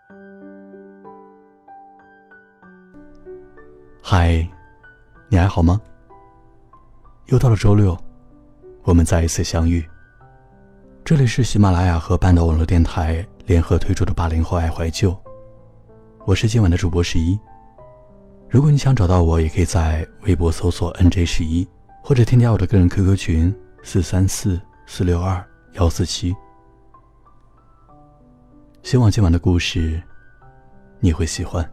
嗨，你还好吗？又到了周六，我们再一次相遇。这里是喜马拉雅和半岛网络电台联合推出的80后爱怀旧，我是今晚的主播11。如果你想找到我，也可以在微博搜索 NJ11，或者添加我的个人 QQ 群434-462-147。希望今晚的故事你会喜欢。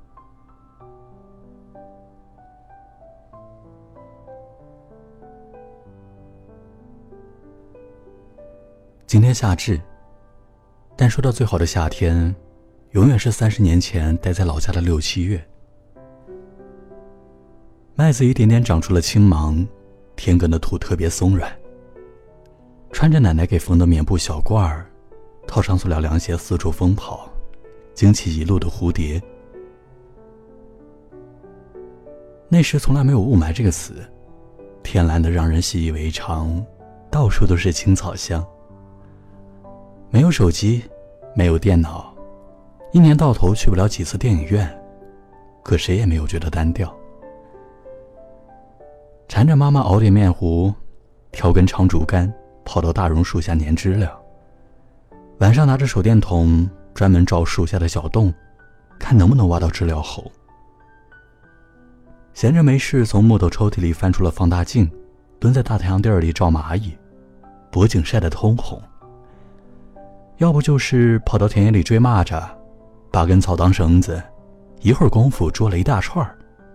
今天夏至，但说到最好的夏天，永远是30年前待在老家的6、7月。麦子一点点长出了青芒，田埂的土特别松软。穿着奶奶给缝的棉布小褂儿，套上塑料凉鞋四处疯跑，惊起一路的蝴蝶。那时从来没有雾霾这个词，天蓝的让人习以为常，到处都是青草香。没有手机，没有电脑，一年到头去不了几次电影院，可谁也没有觉得单调。缠着妈妈熬点面糊，挑根长竹竿，跑到大榕树下粘知了。晚上拿着手电筒，专门照树下的小洞，看能不能挖到知了猴。闲着没事，从木头抽屉里翻出了放大镜，蹲在大太阳地儿里照蚂蚁，脖颈晒得通红。要不就是跑到田野里追蚂蚱，把根草当绳子，一会儿功夫捉了一大串。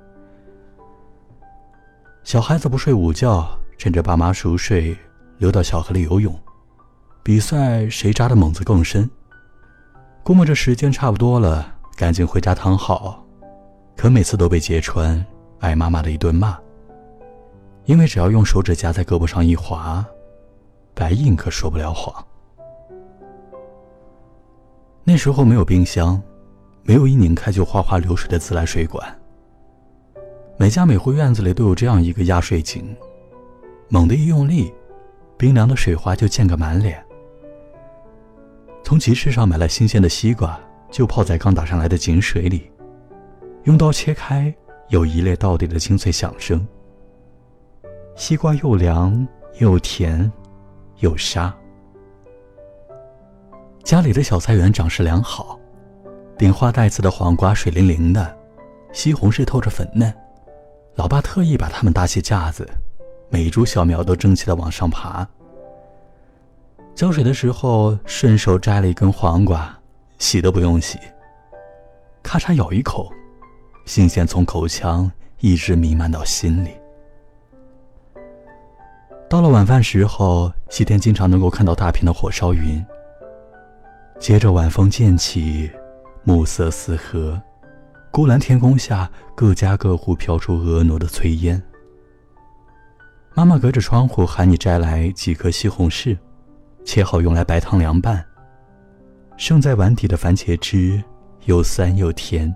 小孩子不睡午觉，趁着爸妈熟睡，溜到小河里游泳，比赛谁扎的猛子更深。估摸着时间差不多了，赶紧回家躺好，可每次都被揭穿，挨妈妈的一顿骂。因为只要用手指夹在胳膊上一划，白印可说不了谎。那时候没有冰箱，没有一拧开就哗哗流水的自来水管。每家每户院子里都有这样一个压水井，猛地一用力，冰凉的水花就溅个满脸。从集市上买来新鲜的西瓜，就泡在刚打上来的井水里，用刀切开，有一列到底的清脆响声。西瓜又凉又甜又沙。家里的小菜园长势良好，顶花带刺的黄瓜水灵灵的，西红柿透着粉嫩。老爸特意把它们搭起架子，每一株小苗都争气地往上爬。浇水的时候顺手摘了一根黄瓜，洗都不用洗，咔嚓咬一口，新鲜从口腔一直弥漫到心里。到了晚饭时候，西天经常能够看到大片的火烧云，接着晚风渐起，暮色四合，孤蓝天空下，各家各户飘出婀娜的炊烟。妈妈隔着窗户喊你摘来几颗西红柿，切好用来白汤凉拌。剩在碗底的番茄汁又酸又甜。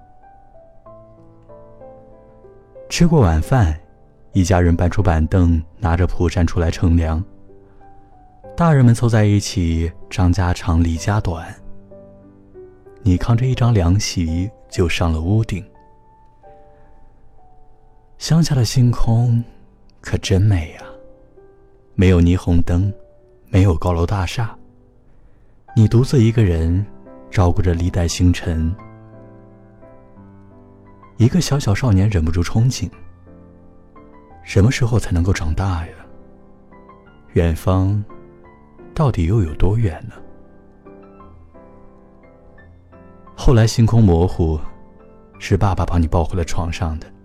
吃过晚饭，一家人搬出板凳，拿着蒲扇出来乘凉。大人们凑在一起，张家长李家短。你扛着一张凉席就上了屋顶。乡下的星空可真美啊，没有霓虹灯，没有高楼大厦，你独自一个人照顾着历代星辰。一个小小少年忍不住憧憬，什么时候才能够长大呀？远方到底又有多远呢？后来星空模糊，是爸爸把你抱回了床上的。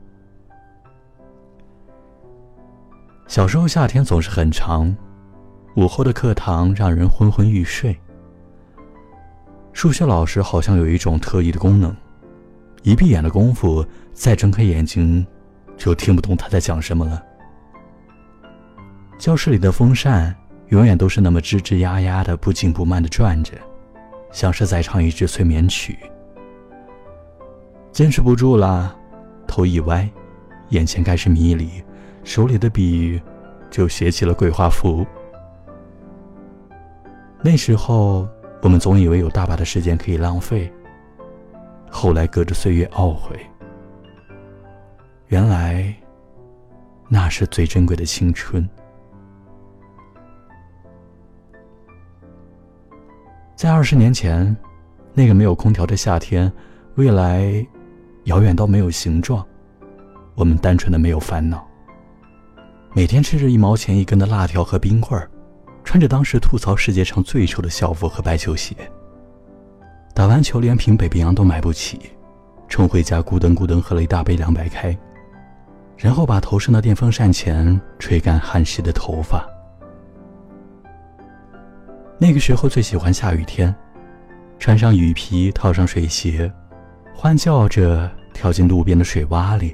小时候夏天总是很长，午后的课堂让人昏昏欲睡。数学老师好像有一种特异的功能，一闭眼的功夫，再睁开眼睛就听不懂他在讲什么了。教室里的风扇永远都是那么吱吱呀呀的，不紧不慢地转着，像是在唱一支催眠曲。坚持不住了，头一歪，眼前开始迷离，手里的笔就写起了鬼画符。那时候我们总以为有大把的时间可以浪费， 后来隔着岁月懊悔，原来那是最珍贵的青春。在20年前，那个没有空调的夏天，未来遥远到没有形状，我们单纯的没有烦恼，每天吃着1毛钱1根的辣条和冰棍儿，穿着当时吐槽世界上最丑的校服和白球鞋，打完球连瓶北冰洋都买不起，冲回家咕噔咕噔喝了一大杯凉白开，然后把头伸到电风扇前吹干汗湿的头发。那个时候最喜欢下雨天，穿上雨披，套上水鞋，欢叫着跳进路边的水洼里。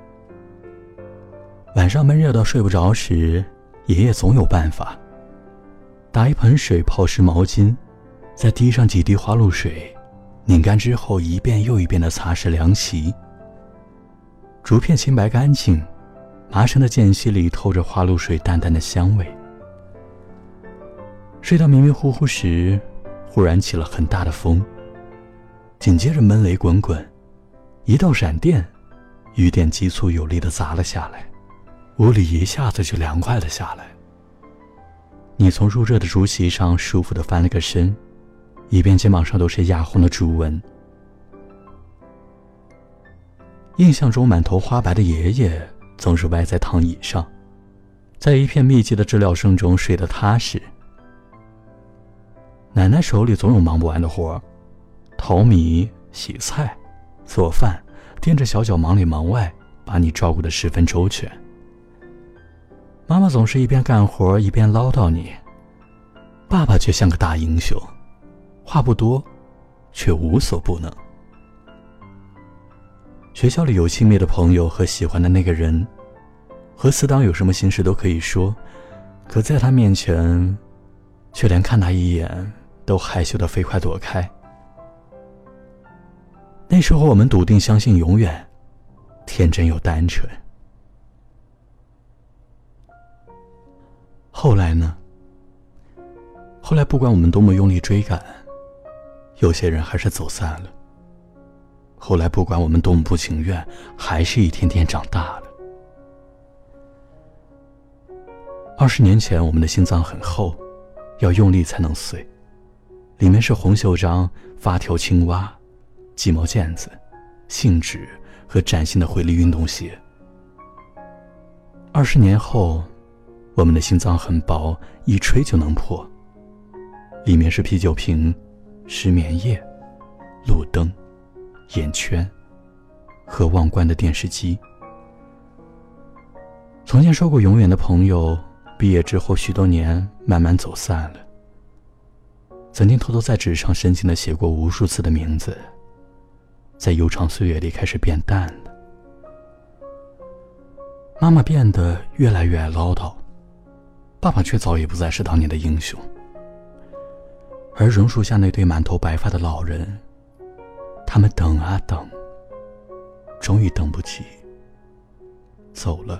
晚上闷热到睡不着时，爷爷总有办法，打一盆水泡湿毛巾，再滴上几滴花露水，拧干之后一遍又一遍地擦拭凉席。竹片清白干净，麻绳的间隙里透着花露水淡淡的香味。睡到迷迷糊糊时，忽然起了很大的风，紧接着闷雷滚滚，一道闪电，雨点急促有力地砸了下来，屋里一下子就凉快了下来。你从入热的竹席上舒服地翻了个身，一边肩膀上都是压红的竹纹。印象中满头花白的爷爷总是歪在躺椅上，在一片密集的知了声中睡得踏实。奶奶手里总有忙不完的活，淘米、洗菜、做饭，掂着小脚忙里忙外，把你照顾得十分周全。妈妈总是一边干活一边唠叨你，爸爸却像个大英雄，话不多，却无所不能。学校里有亲密的朋友和喜欢的那个人，和死党有什么心事都可以说，可在他面前，却连看他一眼都害羞地飞快躲开。那时候我们笃定相信永远，天真又单纯。后来呢？后来不管我们多么用力追赶，有些人还是走散了。后来不管我们多么不情愿，还是一天天长大了。20年前我们的心脏很厚，要用力才能碎，里面是红袖章、发条青蛙、鸡毛毽子、信纸和崭新的回力运动鞋。20年后，我们的心脏很薄，一吹就能破，里面是啤酒瓶、石棉叶、路灯、眼圈和忘关的电视机。从前说过永远的朋友，毕业之后许多年慢慢走散了。曾经偷偷在纸上深情地写过无数次的名字，在悠长岁月里开始变淡了。妈妈变得越来越爱唠叨，爸爸却早已不再是当年的英雄。而榕树下那对满头白发的老人，他们等啊等，终于等不及，走了。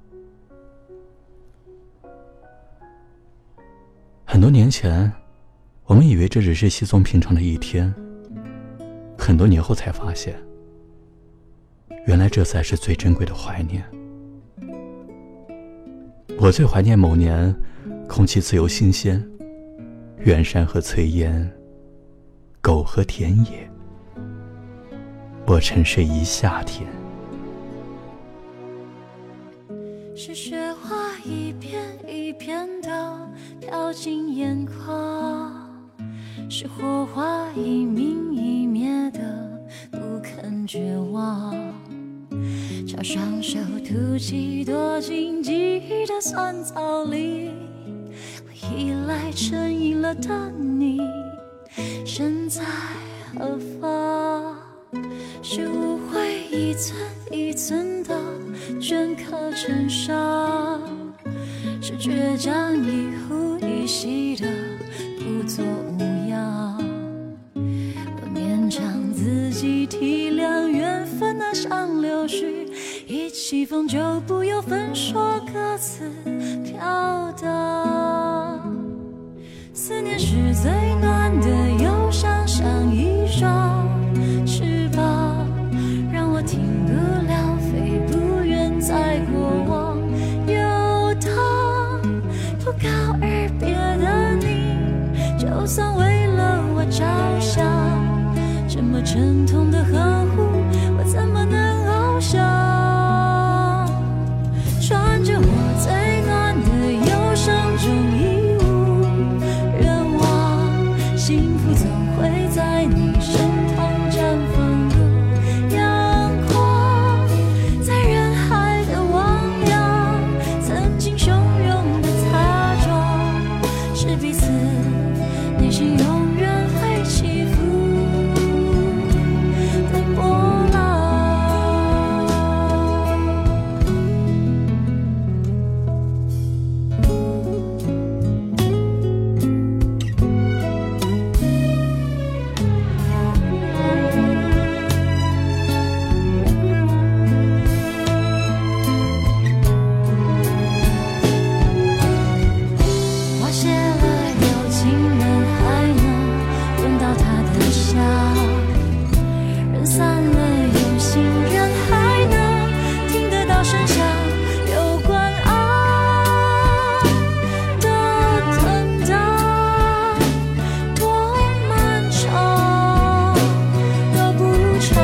很多年前，我们以为这只是稀松平常的一天，很多年后才发现，原来这才是最珍贵的怀念。我最怀念某年空气自由新鲜，远山和炊烟，狗和田野，我沉睡一夏天。 是雪花一片一片地飘进眼眶，是火花一明一灭的不肯绝望，朝双手吐气躲进记忆的酸草里，我依赖成瘾了的你身在何方？是误会一寸一寸的镌刻成伤，是倔强一呼一吸的不作无恙。我勉强自己体谅缘分那像流絮，一起风就不由分说各自飘荡。思念是最暖的忧伤，像一双翅膀， 沉痛的呵护，我怎么能翱翔？穿着我最暖的忧伤中义无人望，幸福总会在你身旁绽放的阳光，在人海的汪洋，曾经汹涌的擦撞，是彼此内心永远会起伏的波浪。花谢了有情人还能闻到他的香，人散了有心人还能听得到声响，有关爱的等待多漫长的不长，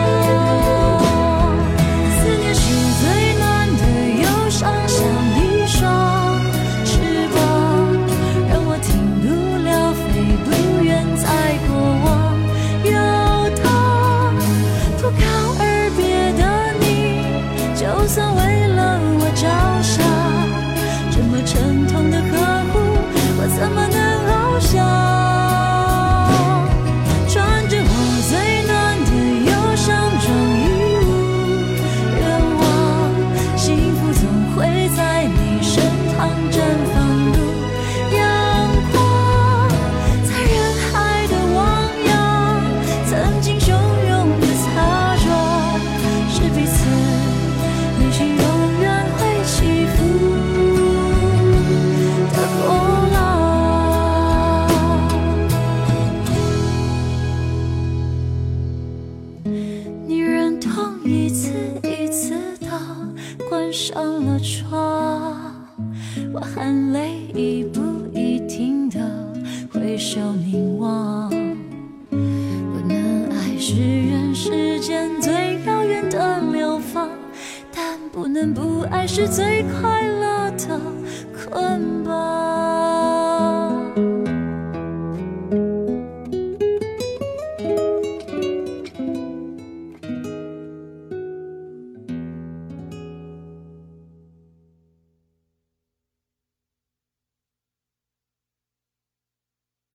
思念是最暖的忧伤，像一双翅膀，让我停不了，飞不远，在过往游荡。不告而别的你，就算为了我着想，这么沉痛的呵护，我怎么能翱翔？穿着我最暖的忧伤中义无人望，幸福总会在你身旁绽放如阳光，在人海的汪洋，曾经汹涌的擦撞，是彼此内心永远会起伏的波浪。你忍痛一次一次地关上了窗，我含泪一步一停地回首凝望。不能爱是人世间最遥远的流放，但不能不爱是最快乐的捆绑。